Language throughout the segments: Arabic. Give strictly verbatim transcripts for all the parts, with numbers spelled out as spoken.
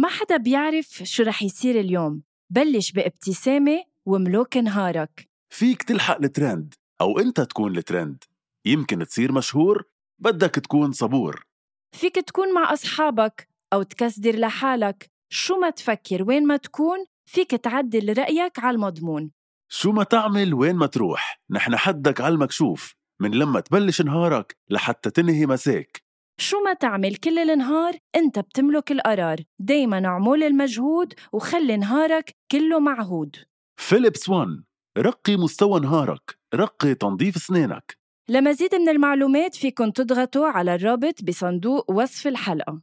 ما حدا بيعرف شو رح يصير اليوم. بلش بابتسامة وملوك نهارك. فيك تلحق الترند أو أنت تكون الترند. يمكن تصير مشهور، بدك تكون صبور. فيك تكون مع أصحابك أو تكسدر لحالك. شو ما تفكر وين ما تكون، فيك تعدل رأيك على المضمون. شو ما تعمل وين ما تروح، نحن حدك على المكشوف، من لما تبلش نهارك لحتى تنهي مساك. شو ما تعمل كل النهار، انت بتملك القرار. دايما اعمل المجهود وخلي نهارك كله معهود. فيليبس وان، رقي مستوى نهارك، رقي تنظيف سنينك. لمزيد من المعلومات فيكن تضغطوا على الرابط بصندوق وصف الحلقة.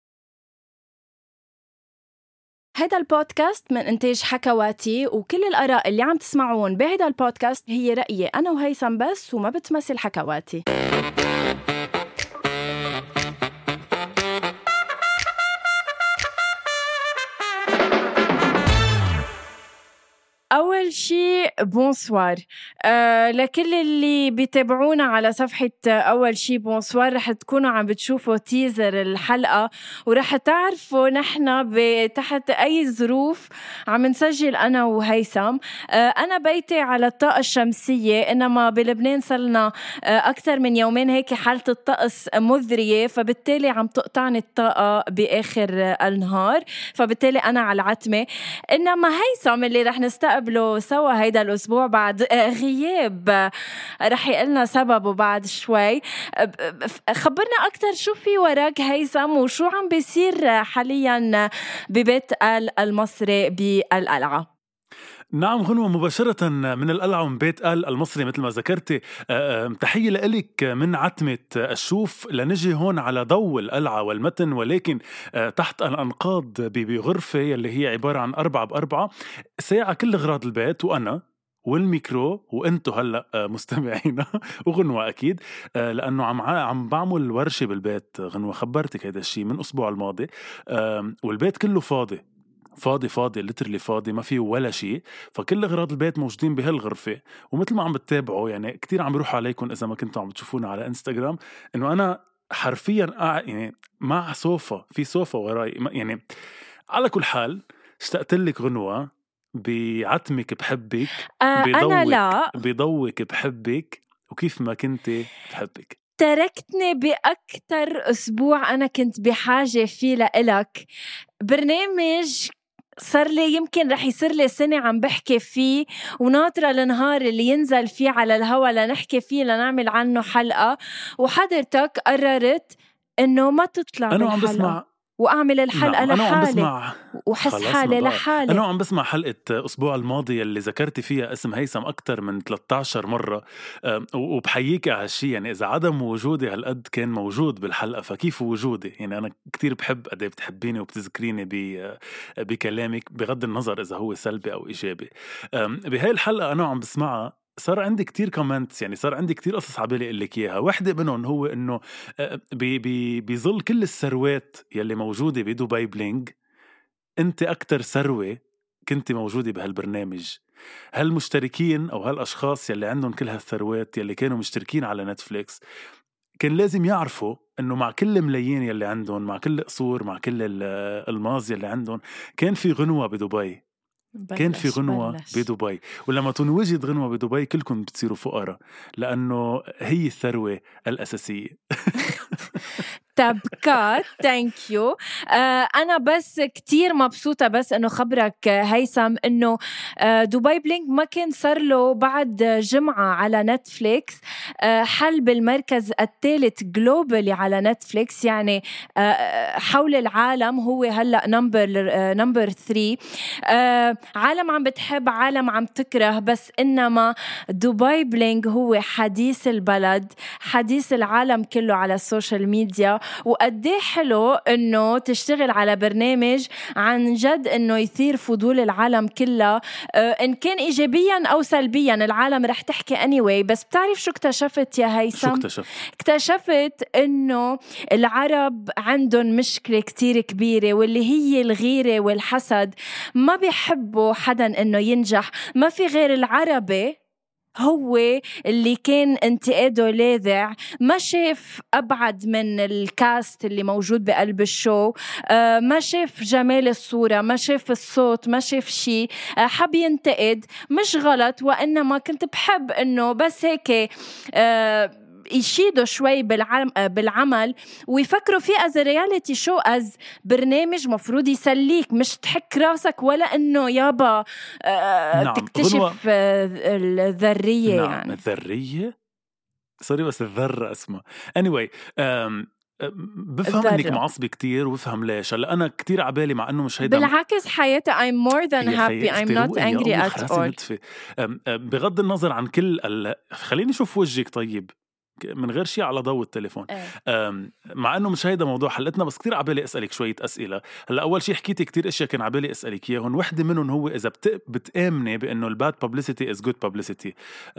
هيدا البودكاست من إنتاج حكواتي، وكل الآراء اللي عم تسمعون بهيدا البودكاست هي رأيي أنا وهيثم بس، وما بتمثل حكواتي. أول شي بونسوار أه لكل اللي بيتابعونا على صفحة أول شي بونسوار. رح تكونوا عم بتشوفوا تيزر الحلقة، ورح تعرفوا نحنا تحت أي ظروف عم نسجل أنا وهيثم. أه أنا بيتي على الطاقة الشمسية، إنما بلبنان صلنا أه أكثر من يومين هيك حالة الطقس مذرية، فبالتالي عم تقطعني الطاقة بآخر النهار، فبالتالي أنا على العتمة. إنما هيثم اللي رح نستقبل قبله سوا هيدا الأسبوع بعد غياب رح يقلنا سببه بعد شوي. خبرنا أكتر شو في وراك هيثم، وشو عم بيصير حاليا ببيت آل المصري بالقلعة. نعم غنوة، مباشرة من القلعة ومن بيت آل المصري مثل ما ذكرتي. تحية لك من عتمة الشوف لنجي هون على ضوء القلعة والمتن، ولكن تحت الأنقاض بغرفة اللي هي عبارة عن أربعة بأربعة ساعة كل أغراض البيت، وأنا والميكرو وانتو هلأ مستمعينا وغنوة أكيد، لأنه عم عم بعمل ورشة بالبيت. غنوة خبرتك هيدا الشيء من أسبوع الماضي، والبيت كله فاضي فاضي فاضي لترلي فاضي، ما فيه ولا شيء. فكل أغراض البيت موجودين بهالغرفة، ومثل ما عم بتتابعوا يعني كتير عم بروح عليكم إذا ما كنتوا عم بتشوفونا على إنستغرام، إنه أنا حرفيا قاعد يعني مع صوفة، في صوفة وراي يعني. على كل حال اشتقت لك غنوة، بعتمك بحبك، آه أنا لا بضوك بحبك، وكيف ما كنت بحبك. تركتني بأكتر أسبوع أنا كنت بحاجة فيه لإلك. برنامج صار لي يمكن رح يصير لي سنة عم بحكي فيه، وناطرة النهار اللي ينزل فيه على الهوا لنحكي فيه لنعمل عنه حلقة، وحضرتك قررت إنه ما تطلع أنا بالحلقة. عم بسمع وأعمل الحلقة نعم. لحالي وحس حالي لحالي. أنا عم بسمع حلقة أسبوع الماضي اللي ذكرتي فيها اسم هيثم أكتر من ثلاثة عشر مرة، وبحييك على هالشي. يعني إذا عدم وجودي هالقد كان موجود بالحلقة، فكيف وجودي؟ يعني أنا كتير بحب قد بتحبيني وبتذكريني بكلامك بغض النظر إذا هو سلبي أو إيجابي. بهاي الحلقة أنا عم بسمعها صار عندي كتير كومنتس، يعني صار عندي كتير قصص عبالي أقول لك إياها. واحدة منهم هو إنه بي بي بيظل كل الثروات يلي موجودة بدبي بلينج، أنت أكتر ثروة كنت موجودة بهالبرنامج. هالمشتركين أو هالأشخاص يلي عندهم كل هالثروات يلي كانوا مشتركين على نتفليكس كان لازم يعرفوا إنه مع كل ملايين يلي عندهم، مع كل قصور، مع كل الماز يلي عندهم، كان في غنوة بدبي. كان في غنوة بلش. بدبي، ولما تنوجد غنوة بدبي كلكم بتصيروا فقراء، لأنه هي الثروة الأساسية. تبكات ثانك يو. أنا بس كتير مبسوطة بس إنه خبرك هيثم إنه آه دبي بلينك ما كان صار له بعد جمعة على نتفليكس آه حل بالمركز الثالث جلوبالي على نتفليكس، يعني آه حول العالم هو هلأ نمبر آه نمبر ثري. آه عالم عم بتحب، عالم عم تكره، بس إنما دبي بلينك هو حديث البلد، حديث العالم كله على السوشيال ميديا. وقديه حلو انه تشتغل على برنامج عن جد انه يثير فضول العالم كلها، آه ان كان ايجابيا او سلبيا العالم رح تحكي anyway. بس بتعرف شو اكتشفت يا هيثم؟ شو اكتشفت؟ اكتشفت انه العرب عندهم مشكلة كتير كبيرة، واللي هي الغيرة والحسد. ما بيحبوا حدا انه ينجح، ما في غير العربي هو اللي كان انتقاده لاذع، ما شاف أبعد من الكاست اللي موجود بقلب الشو، آه ما شاف جمال الصورة، ما شاف الصوت، ما شاف شيء، آه حب ينتقد. مش غلط، وإنما كنت بحب إنه بس هيك آه يشيدوا شوي بالعم... بالعمل ويفكروا فيه as a reality show، as برنامج مفروض يسليك، مش تحك راسك ولا إنه يابا آه نعم. تكتشف آه الذرية. نعم. يعني الذرية سوري بس الذرة اسمها anyway. أم بفهم الذرة. انك معصبة كتير وبفهم ليش. هلا انا كتير عبالي مع انه مش هيدا بالعكس حياتي I'm more than يا خيي happy I'm not اختي روقي، angry يا الله at خراسي all. نتفة. أم- أم- بغض النظر عن كل ال... خليني اشوف وجهك طيب من غير شيء على ضوء التليفون. إيه. أم، مع انه مش هيدا موضوع حلقتنا، بس كتير عبالي اسالك شويه اسئله. هلا اول شيء حكيتي كتير اشياء كان عبالي اسالك اياهم، وحده منهم هو اذا بت... بتامني بانه الباد بابليسيتي از جود بابليسيتي،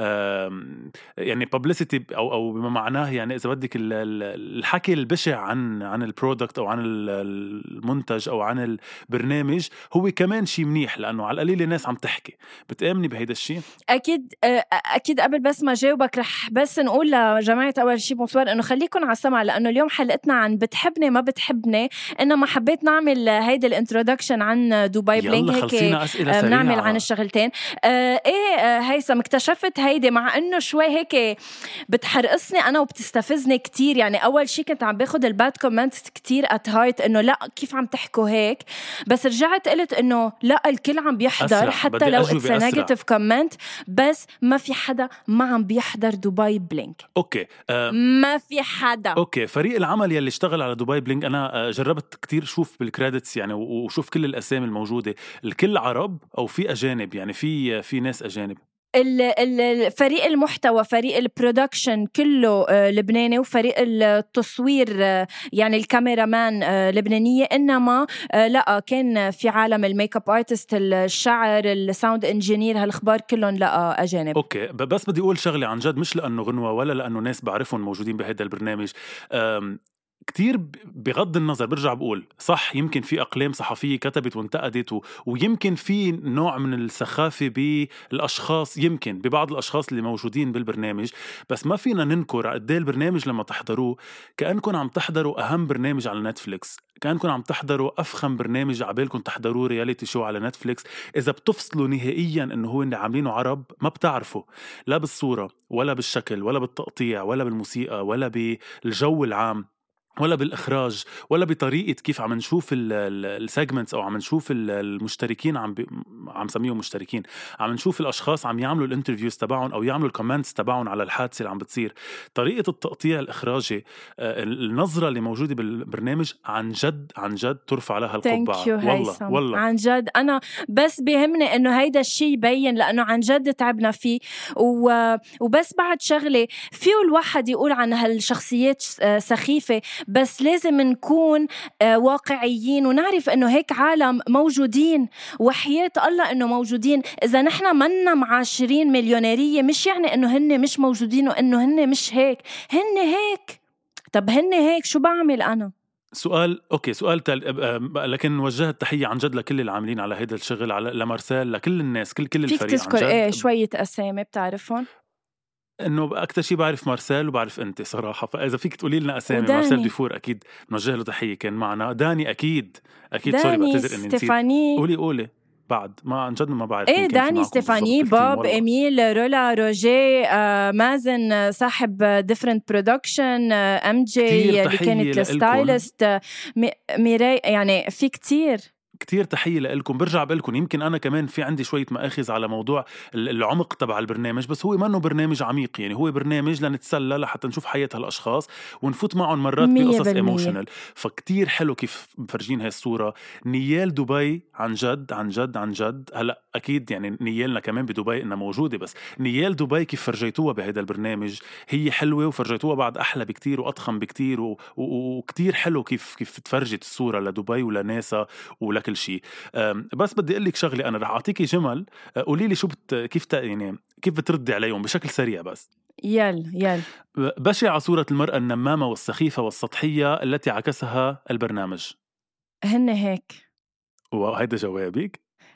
يعني بابليسيتي او او بما معناه يعني اذا بدك ال- ال- الحكي البشع عن عن البرودكت او عن ال- المنتج او عن البرنامج هو كمان شيء منيح، لانه على القليل الناس عم تحكي. بتامني بهيدا الشيء؟ اكيد آه، اكيد. قبل بس ما جاوبك رح بس نقول لجماعه اول شيء بونسوار انه خليكم على السمع، لانه اليوم حلقتنا عن بتحبني ما بتحبني، انما حبيت نعمل هيدا الانترودكشن عن دبي بلينك، يلا هيك خلصينا اسئله آه، سريعه. بنعمل عن الشغلتين. آه ايه آه هيثم، اكتشفت هيدي مع انه شوي هيك بتحرقصني انا وبتستفزني كتير. يعني اول شيء كنت عم باخد الباد كومنتس كتير ات هارت، انه لا كيف عم تحكوا هيك، بس رجعت قلت انه لا الكل عم بيحضر أسرع. حتى بدي لو أجوبة اتس أسرع. نيجاتيف كومنت، بس ما في حدا ما عم بيحضر دبي بلينك. اوكي آه، ما في حدا. اوكي فريق العمل يلي اشتغل على دبي بلينك انا آه، جربت كتير شوف بالكريدتس يعني، و- وشوف كل الاسامي الموجوده، الكل عرب او في اجانب؟ يعني في في ناس اجانب؟ ال- ال- فريق المحتوى، فريق البرودكشن كله آه، لبناني، وفريق التصوير آه، يعني الكاميرامان آه، لبنانية، إنما آه، لا كان في عالم الميك اب ارتست، الشعر، الساوند انجينير، هالأخبار كلهم لا أجانب. اوكي ب- بس بدي اقول شغله عن جد، مش لانه غنوه ولا لانه ناس بعرفهم موجودين بهذا البرنامج. أم، كتير ب- بغض النظر برجع بقول صح، يمكن في أقلام صحفية كتبت وانتقدت و... ويمكن في نوع من السخافة بالأشخاص، يمكن ببعض الأشخاص اللي موجودين بالبرنامج، بس ما فينا ننكر قد ايه البرنامج لما تحضروه كأنكم عم تحضروا أهم برنامج على نتفليكس، كأنكم عم تحضروا أفخم برنامج عبالكم تحضروه رياليتي شو على نتفليكس. إذا بتفصلوا نهائيا إنه هو اللي عاملينه عرب ما بتعرفوا لا بالصورة ولا بالشكل ولا بالتقطيع ولا بالموسيقى ولا بالجو العام ولا بالإخراج ولا بطريقة كيف عم نشوف السيجمنتس أو عم نشوف ال- المشتركين، عم بي... عم سميهم مشتركين، عم نشوف الأشخاص عم يعملوا الانترفيوز تبعهم أو يعملوا الكومنتس تبعهم على الحادثة اللي عم بتصير. طريقة التقطيع الإخراجي، آه، النظرة اللي موجودة بالبرنامج عن جد عن جد ترفع لها القبعة. والله والله عن جد أنا بس بيهمني إنه هيدا الشيء يبين، لأنه عن جد تعبنا فيه. و... وبس بعد شغلة فيه الواحد يقول عن هالشخصيات آه، سخيفة، بس لازم نكون آه، واقعيين ونعرف إنه هيك عالم موجودين، وحياة الله إنه موجودين. إذا نحنا منا معاشرين مليونيرية مش يعني إنه هن مش موجودين وإنه هن مش هيك، هن هيك. طب هن هيك شو بعمل أنا؟ سؤال اوكي سؤال تال... أه، أه، لكن وجهت تحية عن جد لكل العاملين على هذا الشغل، على لمارسيل، لكل الناس، كل كل فيك الفريق. تذكر عن جد إيه شوية أسامي بتعرفهم؟ انه اكثر شيء بعرف مارسيل وبعرف انت صراحه، فاذا فيك تقولي لنا اسامي. وداني. مارسيل ديفور اكيد نوجه له تحيه، كان معنا. داني اكيد اكيد. سوري داني بعتذر اني نسيت. ستيفاني. قولي قولي بعد ما عن جد ما بعرف. ايه يمكن في داني معكم ستيفاني، بالضبط التيم بوب، والله. إيميل، رولا، روجيه، آه، مازن آه، صاحب ديفرنت برودكشن، ام جي كتير اللي تحية كانت لإلكن. الستايلست، آه، مي- ميراي، يعني في كتير كتير تحية لكم. برجع بقلكم يمكن أنا كمان في عندي شوية مآخذ على موضوع ال- العمق تبع البرنامج، بس هو ما إنه برنامج عميق، يعني هو برنامج لنتسلى لحتى نشوف حياة هالأشخاص ونفوت معهم مرات مية بقصص بالمية. ايموشنال. فكتير حلو كيف مفرجين هاي الصورة. نيال دبي عن جد عن جد عن جد. هلأ أكيد يعني نيالنا كمان بدبي إنها موجودة، بس نيال دبي كيف فرجيتوها بهذا البرنامج هي حلوة، وفرجيتوها بعد أحلى بكتير وأضخم بكتير، و- و- وكتير حلو كيف كيف تفرجت الصورة لدبي ولناسا ولكل شيء. بس بدي أقول لك شغلة، أنا رح أعطيكي جمل، قولي لي شو بت... كيف ت... يعني كيف بتردي عليهم بشكل سريع بس. يل يل بشعة صورة المرأة النمامة والسخيفة والسطحية التي عكسها البرنامج. هن هيك. وهيدا جوابك؟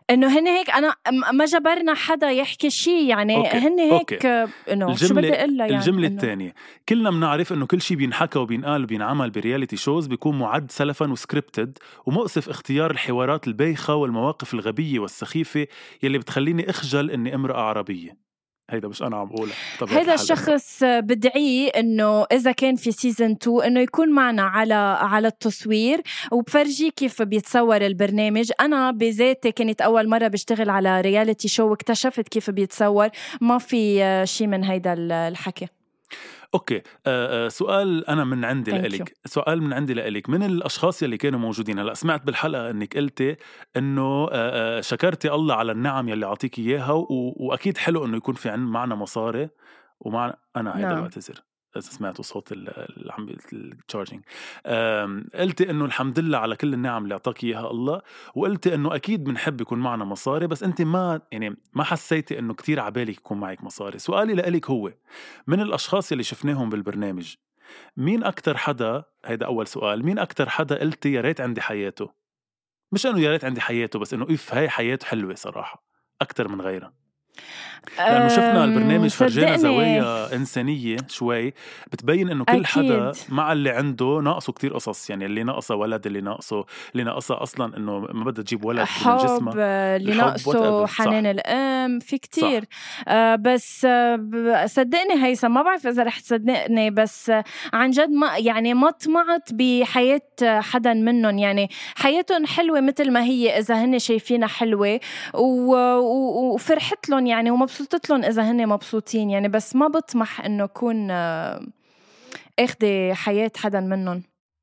انه هن هيك انا ما جبرنا حدا يحكي شيء يعني أوكي. هن هيك انه شو بدي اقول يعني الجمله الثانيه كلنا بنعرف انه كل شيء بينحكى وبينقال وبينعمل برياليتي شوز بيكون معد سلفا وسكريبتد ومؤسف اختيار الحوارات البايخه والمواقف الغبيه والسخيفه يلي بتخليني اخجل اني امراه عربيه. هيدا مش أنا عم بقولها. هيدا الشخص بدعيه إنه إذا كان في سيزن تو إنه يكون معنا على على التصوير وبفرجي كيف بيتصور البرنامج. أنا بذاتي كانت أول مرة بشتغل على رياليتي شو واكتشفت كيف بيتصور. ما في شي من هيدا الحكي. اوكي أه أه سؤال انا من عندي لإلك سؤال من عندي لإلك من الاشخاص يلي كانوا موجودين. هلا سمعت بالحلقه انك قلتي انه أه شكرتي الله على النعم يلي عطيك اياها واكيد حلو انه يكون في عندنا معنا مصاري ومع انا هيدا نعم. بعتذر إذا سمعتوا صوت اللي عم التشارجينج. قلتي إنه الحمد لله على كل النعم اللي أعطاك إياها الله وقلتي إنه أكيد بنحب يكون معنا مصاري بس أنت ما يعني ما حسيتي إنه كتير عبالك يكون معك مصاري. سؤالي لإلك هو من الأشخاص اللي شفناهم بالبرنامج مين أكتر حدا هيدا أول سؤال مين أكتر حدا قلتي يا ريت عندي حياته مش إنه يا ريت عندي حياته بس إنه إف هاي حياته حلوة صراحة أكتر من غيرها لأنه شفنا البرنامج فرجينا زوايا إنسانية شوي بتبين إنه كل أكيد. حدا مع اللي عنده ناقصه كتير قصص يعني اللي ناقصه ولد اللي ناقصه اللي ناقصه أصلا إنه ما بدها تجيب ولد من جسمه اللي ناقصه حنان الأم في كتير آه بس آه صدقني هيثم ما بعرف إذا رح تصدقني بس آه عن جد ما يعني ما طمعت بحياة حدا منهم يعني حياتهم حلوة مثل ما هي إذا هن شايفينها حلوة وفرحت لهم يعني ومبسوطت لهم إذا هن مبسوطين يعني بس ما بطمح إنه كون أخذ حياة حدا منهم.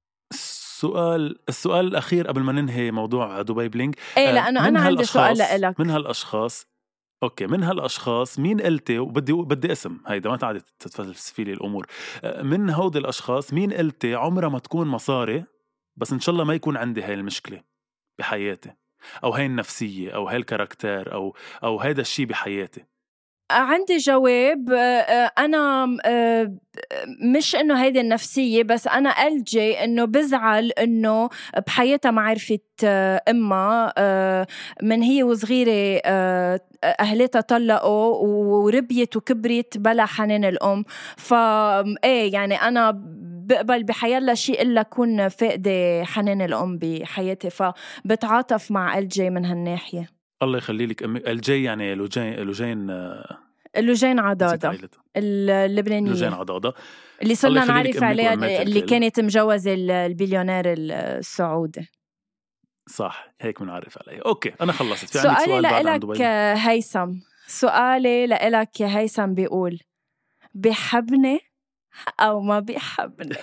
السؤال السؤال الأخير قبل ما ننهي موضوع دبي بلينج إيه لأنه أنا عندي سؤال لإلك من هالأشخاص أوكي من هالأشخاص مين قلتي وبدي بدي اسم هيدا ما تعدي تتفلسفي لي الأمور من هود الأشخاص مين قلتي عمرها ما تكون مصاري بس إن شاء الله ما يكون عندي هاي المشكلة بحياتي أو هاي النفسية أو هاي الكاركتير أو أو هيدا الشيء بحياتي. عندي جواب. أنا مش إنه هيدي النفسية بس أنا ألجي إنه بزعل إنه بحياتها ما عرفت إما من هي وصغيرة أهلتها طلقوا وربيت وكبرت بلا حنان الأم. فإيه يعني أنا بقبل بحيالله شيء إلا كون فاقدة حنان الأم بحياتي فبتعاطف مع ألجي من هالناحية. الله يخلي لك أمي. الجي يعني لوجين لوجين لوجين عضاضة اللبنانية لوجين عضاضة اللي صرنا نعرف عليها اللي كانت مجوزة البليونير السعودي. صح هيك بنعرف عليها. أوكي أنا خلصت. في عندي سؤال لإلك هيثم. سؤالي لإلك يا هيثم بيقول بيحبني أو ما بيحبني؟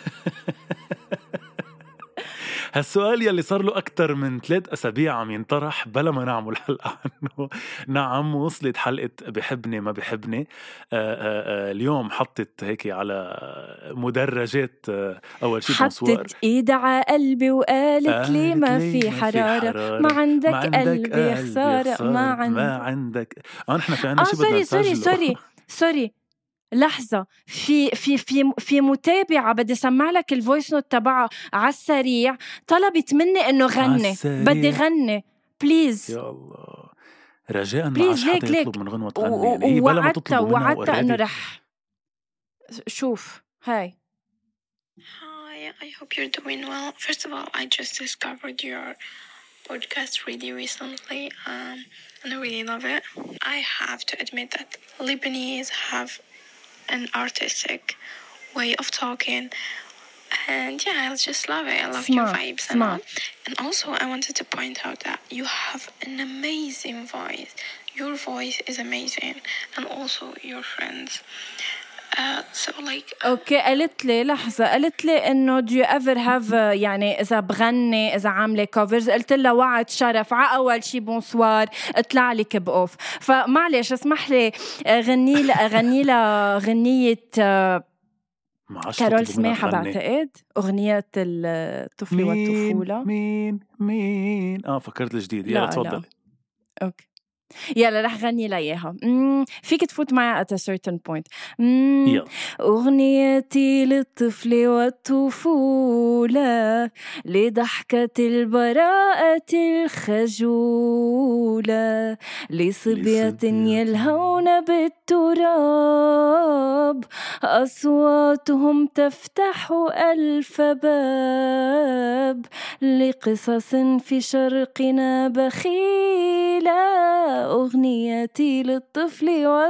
هالسؤال يلي صار له أكتر من ثلاث أسابيع عم ينطرح بلا ما نعمل حلقة عنه. نعم وصلت حلقة بحبني ما بحبني. آآ آآ اليوم حطت هيك على مدرجات أول شيء بونسوار حطت إيد على قلبي وقالت لي ما في حرارة, حرارة ما عندك, ما عندك قلبي يا خسارة ما عندك ما عندك آه نحن في عنا آه شيء بدنا نسجله. سوري سوري سوري لحظة في في في في متابعة بدي سمع لك الفويس نوت تبعها على السريع طلبت مني إنه غني بدي غني بليز يا الله رجاء ما عاش حدا يطلب من غنوة تغني يعني هي بلا ما تطلب منها وعدت إنه رح شوف هاي. Hi, I hope you're doing well. First of all, I just discovered your podcast really recently um, and I really love it. I have to admit that Lebanese have an artistic way of talking and yeah I just love it. I love smart, your vibes and all. And also I wanted to point out that you have an amazing voice. Your voice is amazing and also your friends uh, so like اوكي قالت لي لحظة قالت لي انه do you ever have يعني اذا بغني اذا عاملة كوفرز قلت لها وعد شرف ع اول شي بونسوار اطلع لك بأوف. فمعلش اسمح لي غني لها غني لها غنية كارول سماحة بعتقد أغنية الطفل والطفولة. مين مين اه فكرت الجديد يلا تفضل. اوكي يلا رح غني ليها. مم، فيك تفوت معي at a certain point. مم، يلا. أغنيتي للطفل والطفولة لضحكة البراءة الخجولة لصبية يلهون بالتراب أصواتهم تفتح ألف باب لقصص في شرقنا بخيلة أغنيتي للطفل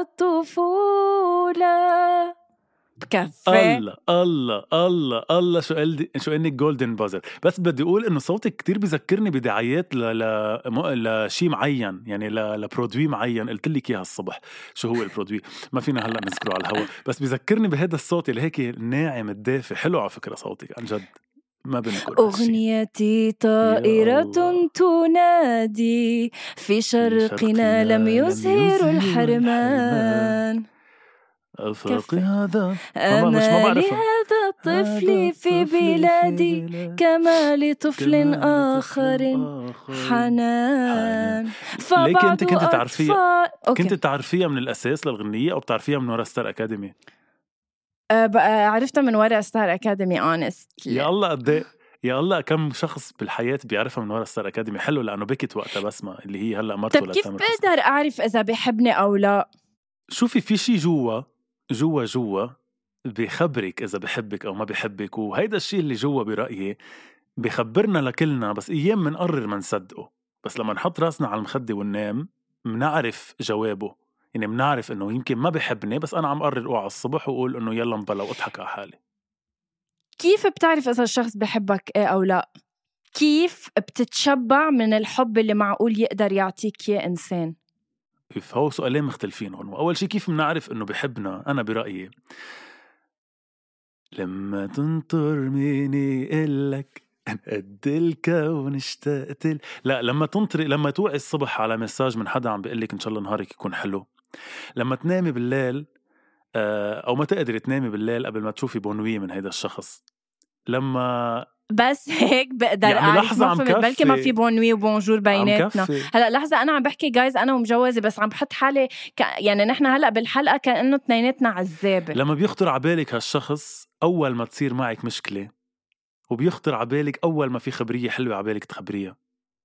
والطفولة. بكفي. الله الله الله الله شو قال شو انك جولدن بازر. بس بدي اقول انه صوتك كتير بذكرني بدعايات ل ل لشيء معين، يعني ل لبرودوي معين. قلت لك اياها الصبح شو هو البرودوي، ما فينا هلا نذكره على الهواء، بس بذكرني بهذا الصوت اللي هيك الناعم الدافي. حلو على فكره صوتك عن جد، ما بنقول. أغنيتي طائرة تنادي في شرقنا لم يزهر الحرمان أفاقي هذا أما لهذا الطفل في بلادي كما لطفل آخر حنان. ليك أنت كنت تعرفيها أوكي. كنت تعرفيها من الأساس للغنية أو بتعرفيها من وراء ستار أكاديمي؟ أه بقى عرفتها من وراء ستار أكاديمي honest. يا الله قد يا الله كم شخص بالحياة بيعرفها من وراء ستار أكاديمي. حلو لأنه بكت وقتها بسمة اللي هي هلأ مرته. طب كيف بقدر أعرف إذا بيحبني أو لا؟ شوفي في شي جوا جوا جوا بيخبرك إذا بحبك أو ما بحبك، وهيدا الشيء اللي جوا برأيي بيخبرنا لكلنا، بس أيام منقرر ما نصدقه. بس لما نحط راسنا على المخدة وننام منعرف جوابه. يعني منعرف إنه يمكن ما بحبني، بس أنا عم قرر أوعى الصبح وأقول إنه يلا مبلا وأضحك على حالي. كيف بتعرف إذا الشخص بحبك إيه أو لا؟ كيف بتتشبع من الحب اللي معقول يقدر يعطيك إياه إنسان؟ فهو سؤالين مختلفين هون. أول شيء كيف بنعرف إنه بحبنا؟ أنا برأيي لما تنطر ميني إلك قد الكون اشتقت ل... لا لما تنطري، لما توعي الصبح على مساج من حدا عم بيقلك إن شاء الله نهارك يكون حلو. لما تنامي بالليل أو ما تقدري تنامي بالليل قبل ما تشوفي بونوي من هيدا الشخص. لما بس هيك بقدر يعني أعرف. ما فهمت بلكي ما في بونوي وبونجور بيناتنا. هلأ لحظة أنا عم بحكي جايز أنا ومجوزة، بس عم بحط حالي ك... يعني نحن هلأ بالحلقة كأنه اثنيناتنا عزابة. لما بيخطر عبالك هالشخص أول ما تصير معك مشكلة، وبيخطر عبالك أول ما في خبرية حلوة عبالك تخبريها.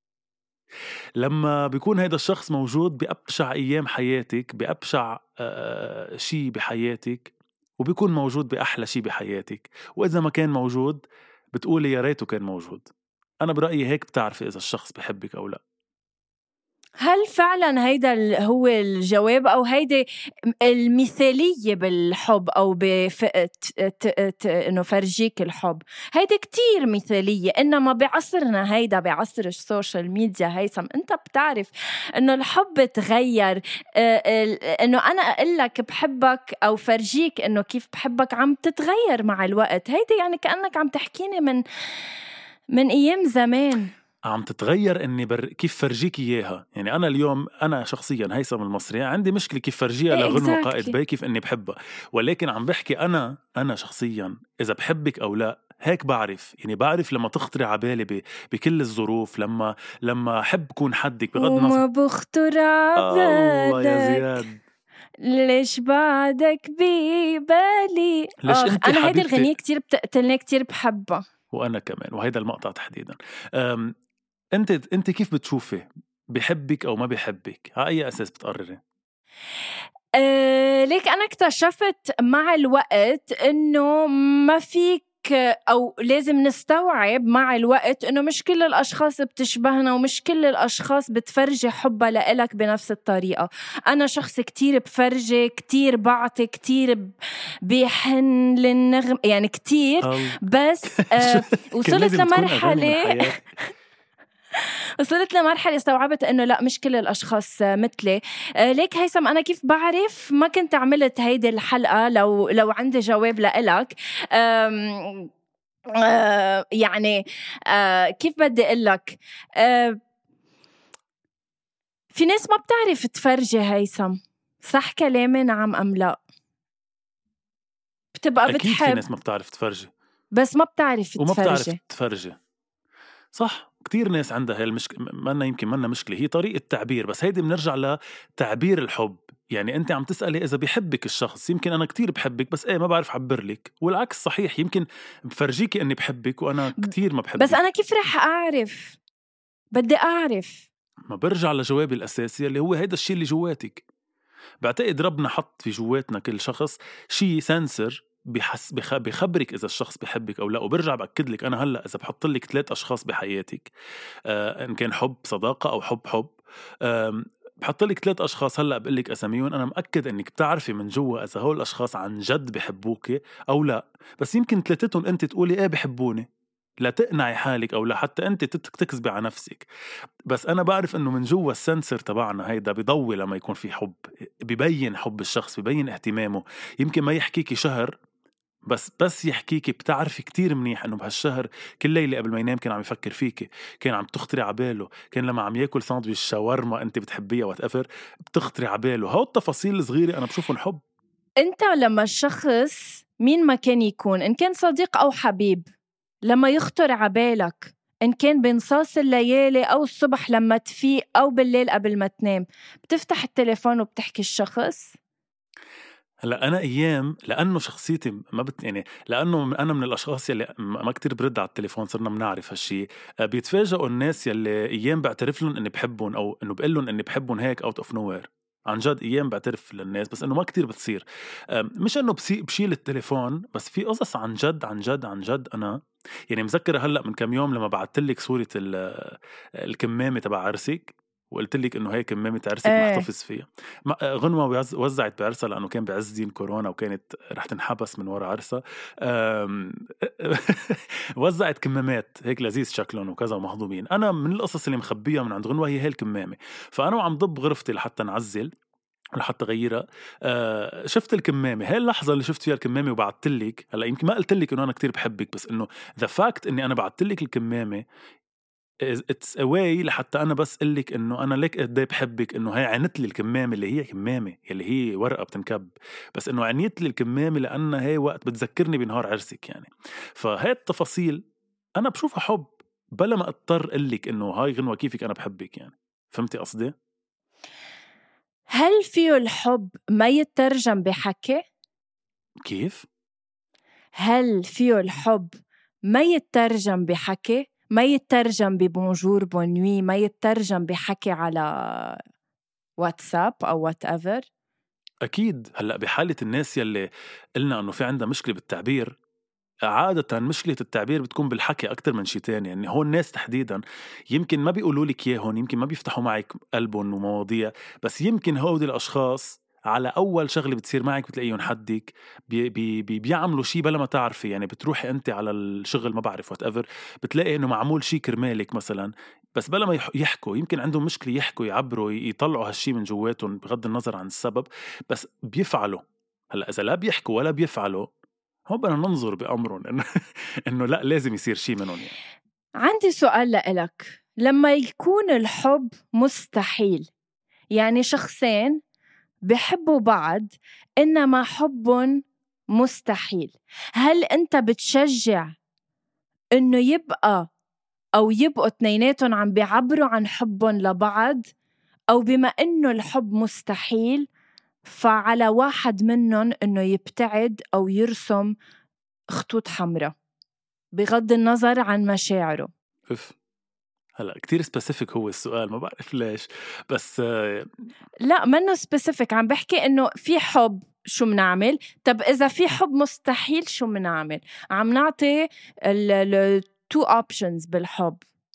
لما بيكون هيدا الشخص موجود بأبشع أيام حياتك، بأبشع آه شي بحياتك، وبيكون موجود بأحلى شي بحياتك. وإذا ما كان موجود بتقولي يا ريته كان موجود. أنا برأيي هيك بتعرفي إذا الشخص بحبك أو لا. هل فعلا هيدا هو الجواب أو هيدا المثالية بالحب أو بفئة إنه فرجيك الحب؟ هيدا كتير مثالية، إنما بعصرنا هيدا بعصر السوشيال ميديا هيثم أنت بتعرف إنه الحب تغير. إنه أنا أقلك بحبك أو فرجيك إنه كيف بحبك عم تتغير مع الوقت. هيدا يعني كأنك عم تحكيني من من أيام زمان. عم تتغير اني بر... كيف فرجيك اياها. يعني انا اليوم انا شخصيا هيثم المصري عندي مشكله كيف فرجيها لغنوة قائد باي كيف اني بحبها. ولكن عم بحكي انا انا شخصيا اذا بحبك او لا. هيك بعرف، يعني بعرف لما تخطري عبالي ب... بكل الظروف. لما لما احب كون حدك بغض النظر وما بخطر عبالك يا زياد ليش بعدك ببالي. انا هيدي الغنية كتير بتقتلني، كتير بحبها. وانا كمان، وهيدا المقطع تحديدا. أم... انت انت كيف بتشوفي بحبك او ما بحبك؟ على اي اساس بتقرري؟ أه ليك انا اكتشفت مع الوقت انه ما فيك أو لازم نستوعب مع الوقت إنه مش كل الأشخاص بتشبهنا ومش كل الأشخاص بتفرجي حبها لإلك بنفس الطريقة. أنا شخص كتير بفرجي، كتير بعطي، كتير بيحن للنغم، يعني كتير. بس أه وصلت لمرحلة وصلت لمرحلة استوعبت إنه لا مش كل الأشخاص مثلي. آه ليك هيثم أنا كيف بعرف؟ ما كنت عملت هيدي الحلقة لو لو عندي جواب لإلك. آم آه يعني آه كيف بدي أقولك؟ آه في ناس ما بتعرف تفرجي هيثم. صح كلامي نعم أم لا؟ بتبقى أكيد بتحب، في ناس ما بتعرف تفرجي بس ما بتعرف وما تفرجي بتعرف تفرجي. صح وكتير ناس عندها هاي المشكلة، منا يمكن منا مشكلة، هي طريقة تعبير. بس هيدي بنرجع لتعبير الحب. يعني أنت عم تسألي إذا بيحبك الشخص، يمكن أنا كتير بحبك بس إيه ما بعرف أعبر لك، والعكس صحيح، يمكن بفرجيكي أني بحبك وأنا كتير ما بحبك. بس أنا كيف رح أعرف؟ بدي أعرف. ما برجع لجوابي الأساسي اللي هو هيدا الشيء اللي جواتك. بعتقد ربنا حط في جواتنا كل شخص شيء سنسر بحس بخ... بخبرك إذا الشخص بحبك أو لا. وبرجع بأكد لك أنا هلأ إذا بحط لك ثلاث أشخاص بحياتك، آه إن كان حب صداقة أو حب حب، آه بحط لك ثلاث أشخاص هلأ بقول لك أساميهم، أنا مأكد إنك بتعرفي من جوا إذا هول الأشخاص عن جد بحبوك أو لا. بس يمكن ثلاثتهم أنت تقولي إيه بحبوني، لا تقنعي حالك أو لا حتى أنت تكذبي على نفسك. بس أنا بعرف إنه من جوا السنسر تبعنا هيدا بيضوي لما يكون في حب، بيبين حب الشخص، بيبين اهتمامه. يمكن ما يحكيكي شهر، بس بس يحكيكي بتعرفي كتير منيح إنه بهالشهر كل ليلة قبل ما ينام كان عم يفكر فيكي، كان عم تخطري عباله، كان لما عم ياكل ساندويش شاورما أنت بتحبيها واتأفر بتخطري عباله. هاو التفاصيل الصغيرة أنا بشوفهم حب. أنت لما الشخص مين ما كان يكون، إن كان صديق أو حبيب، لما يخطر عبالك، إن كان بنصاص الليالي أو الصبح لما تفيق أو بالليل قبل ما تنام، بتفتح التليفون وبتحكي الشخص؟ هلا أنا أيام لأنه شخصيتي ما بت يعني لأنه أنا من الأشخاص يلي ما كتير برد على التليفون، صرنا منعرف هالشي. بيتفاجئوا الناس يلي أيام بعترف لهم إني بحبهم أو إنه بقول لهم إني بحبهم هيك أوت أوف نوير. عن جد أيام بعترف للناس بس إنه ما كتير بتصير، مش إنه بشيل التليفون، بس في قصص عن جد عن جد عن جد. أنا يعني مذكرة هلأ من كم يوم لما بعتلك صورة الكمامة تبع عرسك وقلت لك إنه هي كمامة عرسك ايه. محتفظ فيها. غنوة وزعت بعرسها لأنه كان بعز دين كورونا وكانت رح تنحبس من وراء عرسها. وزعت كمامات هيك لذيذ شكلهم وكذا ومهضومين. أنا من القصص اللي مخبيها من عند غنوة هي هي الكمامة. فأنا وعم ضب غرفتي لحتى نعزل لحتى غيرها، آه شفت الكمامة. هاي اللحظة اللي شفت فيها الكمامة وبعتلك. هلا يمكن ما قلتلك إنه أنا كتير بحبك، بس إنه the fact إني أنا بعتلك الكمامة it's a way لحتى أنا بس قلك إنه أنا ليك قد بحبك. إنه هاي عنت لي الكمامة اللي هي كمامة اللي هي ورقة بتنكب، بس إنه عنيت لي الكمامة لأن هاي وقت بتذكرني بنهار عرسك يعني. فهاي التفاصيل أنا بشوفها حب بلا ما أضطر قلك إنه هاي غنوة كيفك أنا بحبك يعني. فهمتي قصدي؟ هل فيه الحب ما يترجم بحكي؟ كيف؟ هل فيه الحب ما يترجم بحكي؟ ما يترجم ببونجور بونوي، ما يترجم بحكي على واتساب أو whatever؟ أكيد. هلأ بحالة الناس يلي قلنا أنه في عندها مشكلة بالتعبير، عادة مشكلة التعبير بتكون بالحكي أكتر من شي تاني. يعني هون الناس تحديدا يمكن ما بيقولوا لك ياهن، يمكن ما بيفتحوا معك قلبهم ومواضيع، بس يمكن هودي الأشخاص على أول شغلة بتصير معك بتلاقيهم حدك بي بي بي بيعملوا شي بلا ما تعرفي. يعني بتروحي أنت على الشغل ما بعرف whatever بتلاقي إنه معمول شي كرمالك مثلا، بس بلا ما يحكوا. يمكن عندهم مشكلة يحكوا يعبروا يطلعوا هالشي من جواتهم بغض النظر عن السبب، بس بيفعلوا. هلأ إذا لا بيحكوا ولا بيفعلوا هو بدنا ننظر بأمرهم إنه إنه لا لازم يصير شيء منهم يعني. عندي سؤال لإلك. لما يكون الحب مستحيل، يعني شخصين بحبوا بعض إنما حب مستحيل، هل أنت بتشجع إنه يبقى أو يبقوا اتنيناتهم عم بيعبروا عن حبهم لبعض، أو بما إنه الحب مستحيل فعلى واحد منهم إنه يبتعد أو يرسم خطوط حمراء بغض النظر عن مشاعره؟ أف. هلا كتير سبيسيفيك هو السؤال، ما بعرف ليش بس آه لا منه سبيسيفيك. عم بحكي إنه في حب شو منعمل. طب إذا في حب مستحيل شو منعمل؟ عم نعطي ال two options بالحب.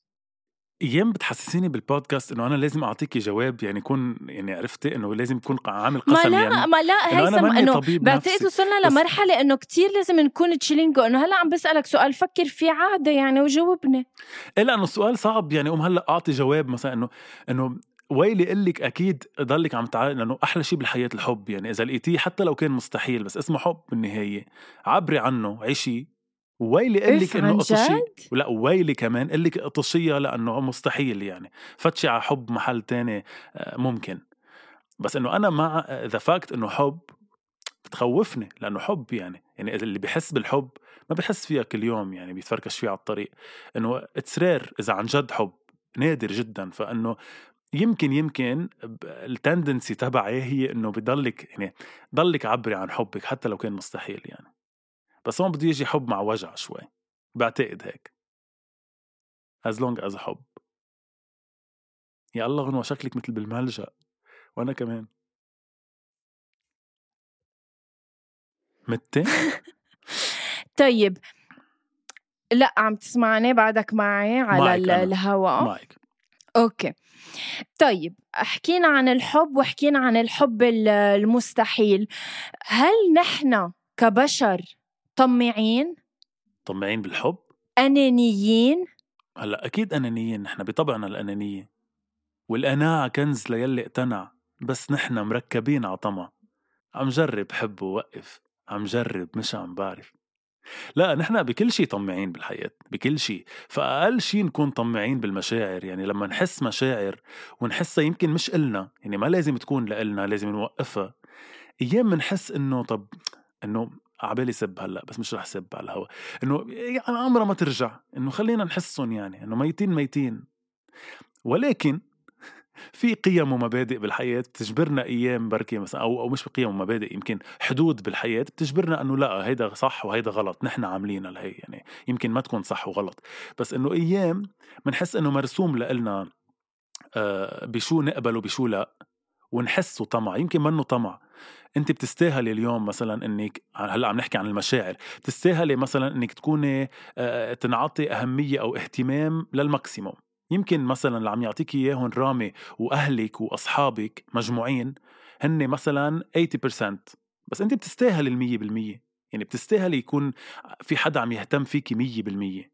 ايام بتحسسيني بالبودكاست انه انا لازم اعطيكي جواب، يعني يكون يعني عرفتي انه لازم يكون عامل قسم. ما لا يعني ما لا هيثم انه بعتقد وصلنا بس... لمرحله انه كتير لازم نكون تشيلينجو، انه هلا عم بسالك سؤال فكر فيه عاده يعني وجاوبني. ايه لانه السؤال صعب يعني. ام هلا اعطي جواب مثلا انه انه ويلي قلك اكيد ضلك عم تعال لانه احلى شيء بالحياه الحب. يعني اذا لقيتيه حتى لو كان مستحيل بس اسمه حب بالنهايه، عبري عنه عيشي. ويلي قلك انه قطشي، ولا ويلي كمان قلك قطشية لانه مستحيل. يعني فتشي على حب محل تاني ممكن، بس انه انا مع ذا فاكت انه حب بتخوفني لأنه حب يعني يعني اللي بيحس بالحب ما بيحس فيها كل يوم، يعني بيتفركش فيها على الطريق. إنه اتسرير إذا عن جد حب نادر جدا. فإنه يمكن يمكن التندنسي تبعي هي إنه بضلك يعني ضلك عبري عن حبك حتى لو كان مستحيل يعني. بس هون بده يجي حب مع وجع شوي، بعتقد هيك. as long as حب. يا الله غنوة شكلك مثل بالملجأ، وأنا كمان متى. طيب لا عم تسمعني بعدك معي على الهواء؟ معك. أوكي طيب حكينا عن الحب وحكينا عن الحب المستحيل. هل نحن كبشر طمعين؟ طمعين بالحب؟ أنانيين؟ هلأ أكيد أنانيين، نحن بطبعنا الأنانية، والقناعة كنز ليلي اقتنع، بس نحن مركبين على طمع. عم جرب حب ووقف، عم جرب مش عم بعرف. لا نحن بكل شيء طمعين بالحياة، بكل شيء. فأقل شيء نكون طمعين بالمشاعر. يعني لما نحس مشاعر ونحسها يمكن مش إلنا، يعني ما لازم تكون لإلنا، لازم نوقفها. أيام منحس إنه طب إنه عبالي سب هلأ بس مش رح سب على الهوا، إنه يعني عمرها ما ترجع، إنه خلينا نحسهم يعني إنه ميتين ميتين. ولكن في قيم ومبادئ بالحياة بتجبرنا أيام بركي مثلا، أو أو مش بقيم ومبادئ، يمكن حدود بالحياة بتجبرنا أنه لا هيدا صح وهيدا غلط، نحن عاملينها لهي. يعني يمكن ما تكون صح وغلط، بس أنه أيام منحس أنه مرسوم لإلنا آه بشو نقبل وبشو لا، ونحسه طمع. يمكن منه طمع، أنت بتستاهلي اليوم مثلا أنك هلأ عم نحكي عن المشاعر، بتستاهلي مثلا أنك تكوني آه تنعطي أهمية أو اهتمام للماكسيموم. يمكن مثلا اللي عم يعطيك إياهن رامي وأهلك وأصحابك مجموعين هن مثلا ثمانين بالمية، بس أنت بتستاهل المية بالمية. يعني بتستاهل يكون في حدا عم يهتم فيك مية بالمية.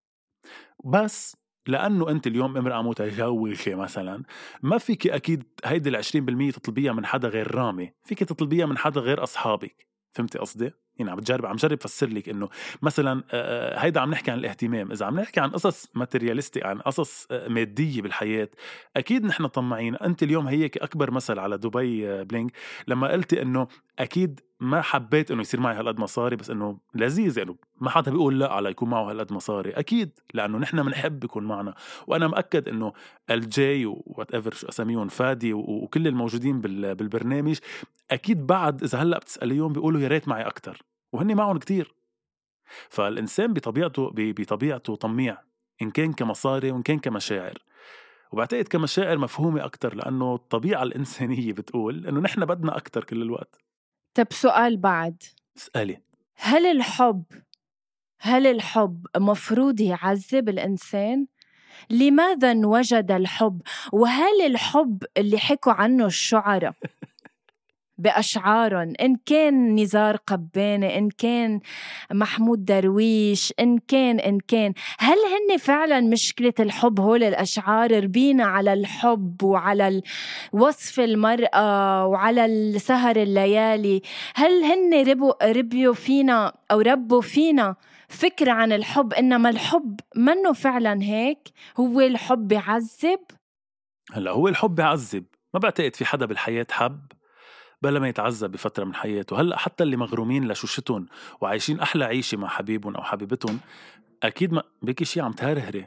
بس لأنه أنت اليوم امرأة متجوزة مثلا، ما فيك أكيد هيدي العشرين بالمية تطلبيها من حدا غير رامي، فيك تطلبيها من حدا غير أصحابك. فهمتي قصدي؟ يعني عم بتجرب عم جرب فسر لك إنه مثلا هيدا عم نحكي عن الاهتمام. إذا عم نحكي عن قصص ماترياليستي، عن قصص مادية بالحياة، أكيد نحن طمعين. أنت اليوم هيك أكبر مثل على دبي بلينك لما قلتي إنه أكيد ما حبيت إنه يصير معي هالقد مصاري، بس إنه لذيذ يعني ما حدا بيقول لا على يكون معه هالقد مصاري. أكيد لأنه نحن منحب يكون معنا. وأنا مأكد إنه الجاي ووات ايفر شو أساميهم، فادي وكل الموجودين بالبرنامج، أكيد بعد إذا هلأ بتسأليهم بيقولوا يا ريت معي أكتر، وهني معهم كتير. فالإنسان بطبيعته بطبيعته طميع، إن كان كمصاري وإن كان كمشاعر. وبعتقد كمشاعر مفهومة أكتر، لأنه الطبيعة الإنسانية بتقول إنه نحن بدنا أكتر كل الوقت. طب سؤال بعد، اسألي. هل الحب هل الحب مفروض يعذب الإنسان؟ لماذا نوجد الحب؟ وهل الحب اللي حكوا عنه الشعراء بأشعارهم، إن كان نزار قباني، إن كان محمود درويش، إن كان إن كان هل هن فعلا مشكلة الحب؟ هول الأشعار ربينا على الحب وعلى وصف المرأة وعلى السهر الليالي. هل هن ربوا ربيوا فينا أو ربوا فينا فكرة عن الحب، إنما الحب منه فعلا هيك؟ هو الحب بيعذب؟ هلا هو الحب بيعذب. ما بعتقد في حدا بالحياة حب بلا ما يتعذب بفترة من حياته. هلأ حتى اللي مغرومين لشوشتهم وعايشين أحلى عيشة مع حبيبهم أو حبيبتهم، أكيد ما بيكي شي عم تهرهري.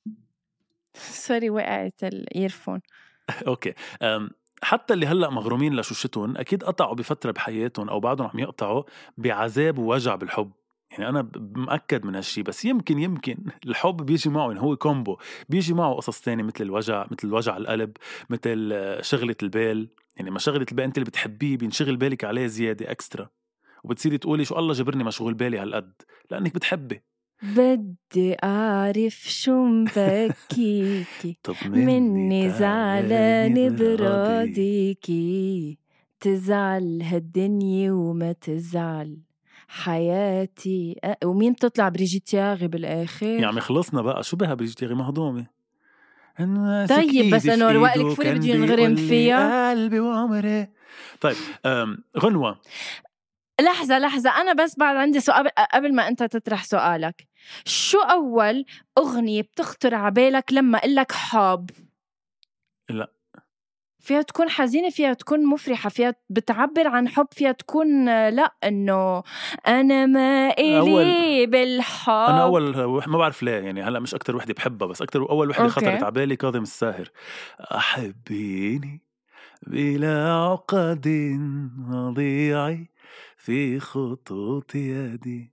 سوري وقعت الإيرفون. أوكي. حتى اللي هلأ مغرومين لشوشتهم أكيد قطعوا بفترة بحياتهم أو بعدهم عم يقطعوا بعذاب ووجع بالحب. يعني أنا مأكد من هالشي. بس يمكن يمكن الحب بيجي معه، يعني هو كومبو، بيجي معه قصص تاني مثل الوجع، مثل وجع القلب، مثل شغلة البال. يعني ما شغلة البال أنت اللي بتحبيه بينشغل بالك عليه زيادة أكسترا، وبتصيري تقولي شو الله جبرني مشغول بالي هالقد، لأنك بتحبي. بدي أعرف شو مبكيكي مني زعلان براضيكي، تزعل هالدنيا وما تزعل حياتي. أه ومين تطلع بريجيت ياغي بالآخر؟ يعني خلصنا بقى، شو بها بريجيت ياغي مهضومة. طيب بس انه الوقت الكفوري بده ينغرم فيها قلبي وعمري. طيب غنوة، لحظة لحظة أنا بس بعد عندي سؤال قبل ما أنت تطرح سؤالك. شو أول أغنية بتخطر عبالك لما قلك حاب؟ لا فيها تكون حزينة، فيها تكون مفرحة، فيها بتعبر عن حب، فيها تكون لا إنه أنا ما إلي بالحب. أنا أول ما بعرف ليه يعني هلأ مش أكتر وحدة بحبها، بس أكتر أول وحدة أوكي. خطرت عبالي كاظم الساهر. أحبيني بلا عقد وضيعي في خطوط يدي،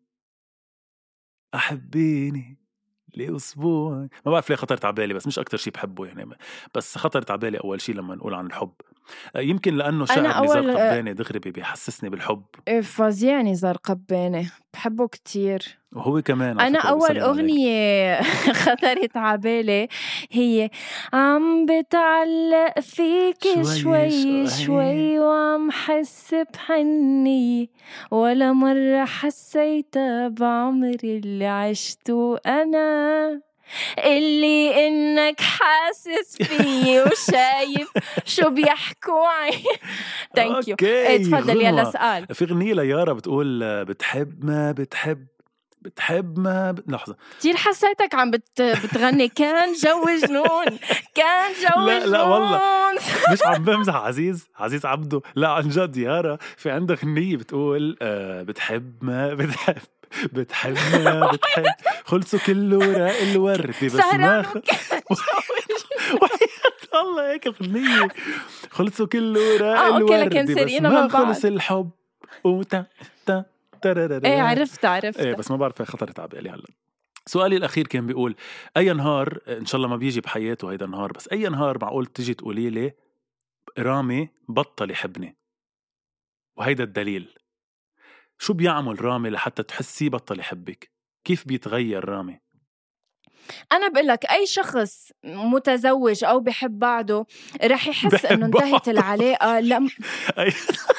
أحبيني لأسبوع. ما بعرف ليه خطرت عبالي، بس مش أكتر شي بحبه يعني، بس خطرت عبالي أول شي لما نقول عن الحب. يمكن لأنه شعر نزار قباني دغري بيحسسني بالحب. فظيع نزار قباني، بحبه كتير. وهو كمان أنا أول أغنية خطرت عبالي هي عم بتعلق فيك شوي شوي, شوي وعم حس بحني، ولا مرة حسيت بعمري اللي عشته أنا، اللي إنك حاسس فيه وشايف شو بيحكوا عني. thank you. اتفضل يلا سؤال. في غنية ليارا بتقول بتحب ما بتحب بتحب ما ب... لحظة كتير حسيتك عم بت... بتغني كان جو جنون كان جو لا جنون. لا والله مش عم بمزح. عزيز عزيز عبده، لا عن جد يارا في عندك غنية بتقول آه بتحب ما بتحب بتحب ما بتحب خلصوا كله وراء الورد بس ما خ... والله هيك غنية خلصوا كله وراء الورد بس ما خلص الحب وتا تا ايه عرفت عرفت ايه بس ما بعرف خطرت عبالي. هلا سؤالي الأخير كان بيقول أي نهار إن شاء الله ما بيجي بحياته هيدا النهار، بس أي نهار معقول تجي تقولي لي رامي بطل يحبني وهيدا الدليل؟ شو بيعمل رامي لحتى تحسي بطل يحبك؟ كيف بيتغير رامي؟ أنا بقول لك أي شخص متزوج أو بحب بعضه رح يحس إنه انتهت العلاقة. لم أي...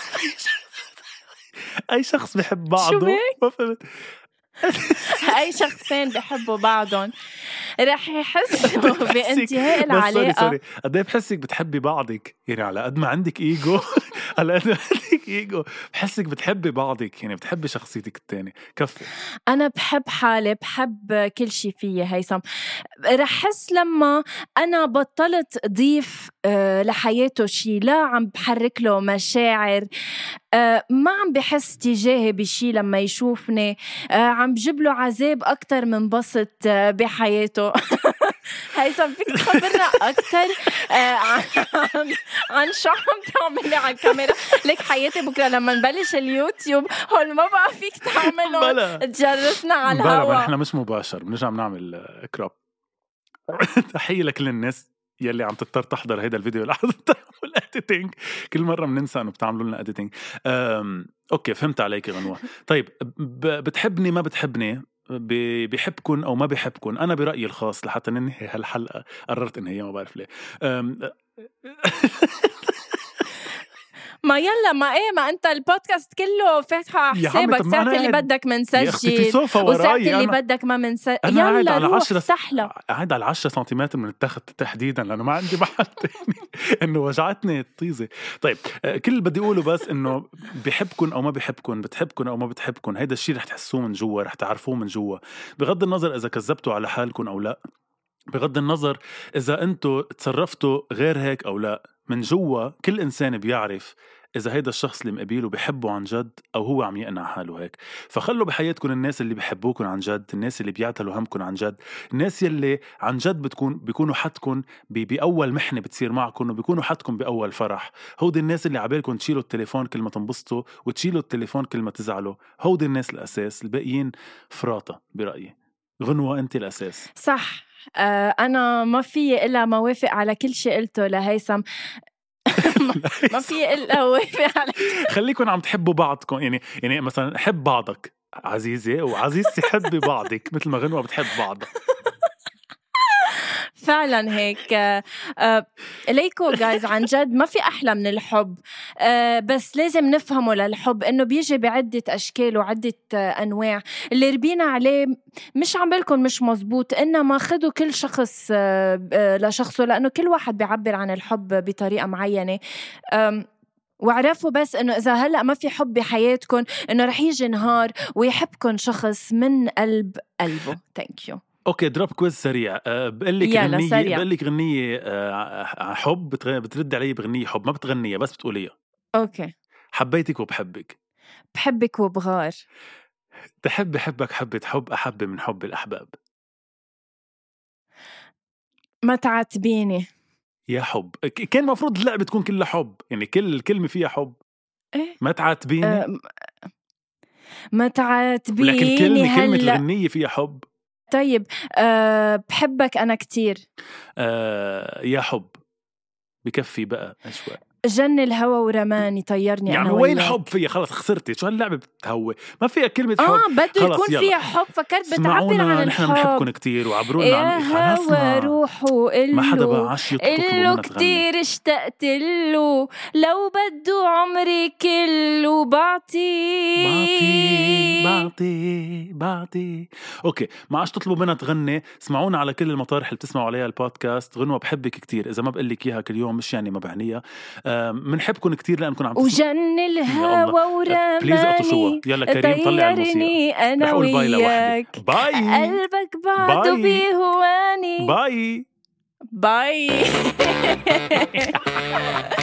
أي شخص بحب بعضه ما فهمت. أي شخصين بحبوا بعضهم رح يحسوا بانتهاء العلاقة. سوري سوري قد ايه بحسك بتحبي بعضك يعني على قد ما عندك ايجو على قد ما عندك ايجو بحسك بتحبي بعضك يعني بتحبي شخصيتك التانية. كفي. أنا بحب حالي، بحب كل شي فيه هيثم. رح حس لما أنا بطلت أضيف لحياته شي، لا عم بحرك له مشاعر، ما عم بحس تجاهي بشي لما يشوفني، عم بجيب له عذاب أكتر من بسط بحياته. هيثم فيك تخبرنا أكتر عن عن شو عم تعملي على الكاميرا؟ لك حياتي بكرة لما نبلش اليوتيوب هول ما بقى فيك تعمله، تجرسنا على الهوا. نحن مش مباشر، بنرجع بنعمل كراب. تحية لكل الناس يلي عم تضطر تحضر هيدا الفيديو لحظة تعمل اديتينج. كل مرة بننسى انه بتعملوا لنا اديتينج. اوكي فهمت عليك غنوة. طيب بتحبني ما بتحبني، بيحبكن او ما بيحبكن، انا برأيي الخاص لحتى ننهي هالحلقة قررت ان هي ما بعرف ليه ما يلا ما ايه ما انت البودكاست كله فاتحه على حسابك، ساعة اللي بدك منسجل وساعة اللي بدك ما منسجل. يلا روح سحلة. قاعد على عشرة سنتيمتر من التخت تحديدا لانه ما عندي محل تاني انه وجعتني الطيزة. طيب كل اللي بدي اقوله بس انه بيحبكن او ما بيحبكن، بتحبكن او ما بتحبكن، هيدا الشيء رح تحسوه من جوا، رح تعرفوه من جوا، بغض النظر اذا كذبتوا على حالكم او لا، بغض النظر اذا انتوا تصرفتوا غير هيك او لا. من جوا كل انسان بيعرف إذا هيدا الشخص اللي مقابله بيحبه عن جد أو هو عم يقنع حاله هيك. فخلوا بحياتكم الناس اللي بيحبوكم عن جد، الناس اللي بيعتلوا همكم عن جد، الناس يلي عن جد بتكون بيكونوا حدكم بأول محنة بتصير معكم وبيكونوا حدكم بأول فرح. هودي الناس اللي عبالكم تشيلوا التليفون كل ما تنبسطوا وتشيلوا التليفون كل ما تزعلوا. هودي الناس الأساس، الباقيين فراطة برأيي. غنوة أنت الأساس. صح. آه أنا ما في إلا ما وافق على كل شيء قلته لهيثم. ما في إلا وافق على. خليكن عم تحبوا بعضكم يعني يعني مثلا حب بعضك عزيزي وعزيزتي، حبي بعضك مثل ما غنوة بتحب بعض. فعلا هيك. آه ليكو جايز عن جد ما في أحلى من الحب، آه بس لازم نفهمه للحب إنه بيجي بعدة أشكال وعدة آه أنواع. اللي ربينا عليه مش عم بالكم مش مزبوط، إنما خدوا كل شخص آه آه لشخصه، لأنه كل واحد بيعبر عن الحب بطريقة معينة. آه وعرفوا بس إنه إذا هلأ ما في حب بحياتكم إنه رح يجي نهار ويحبكن شخص من قلب قلبه. Thank you. اوكي دروب كويز سريع. أه بقول لك يلا غنيه سريع. بقول لك غنيه أه حب بتغ... بترد علي بغنيه حب، ما بتغنيها بس بتقوليها. اوكي. حبيتك وبحبك. بحبك وبغار. تحب حبك حبة حب أحب من حب الأحباب. ما تعاتبيني. يا حب ك- كان مفروض اللعبة تكون كلها حب، يعني كل الكلمة فيها حب. إيه؟ ما تعاتبيني. أه ما ولكن تعاتبيني الكلمة كلمة هلا. الغنية فيها حب. طيب أه بحبك أنا كتير. آه يا حب بكفي بقى أشوى. جن الهوى ورماني طيرني يعني أنا وين وياك. حب فيها؟ خلاص خسرتي، شو هاللعبة بتهوى، ما فيها كلمة حب. اه بده خلص يكون يلا. فيها حب، فكرت بتعبر اسمعونا عن نحن بنحبكم الحب. كتير وعبرونا يا عن خلاص هوى ما روحوا ما حدا إلو بعش يطلبوا إلو منها تغني. كتير اشتقت له، لو بدو عمري كله بعطي بعطي بعطي بعطي. اوكي ما عادش تطلبوا منها تغني. اسمعونا على كل المطارح اللي بتسمعوا عليها البودكاست. غنوة بحبك كتير، اذا ما بقول لك اياها كل يوم مش يعني ما بعنيها. بنحبكم كتير لانكم عم تسمعوا. وجن الهوى بليز اطشوها. ورماني يلا كريم طلع الموسيقى. طيرني رح انا اقول باي لوحدي. وياك، باي قلبك بعده باي. بيهواني. باي باي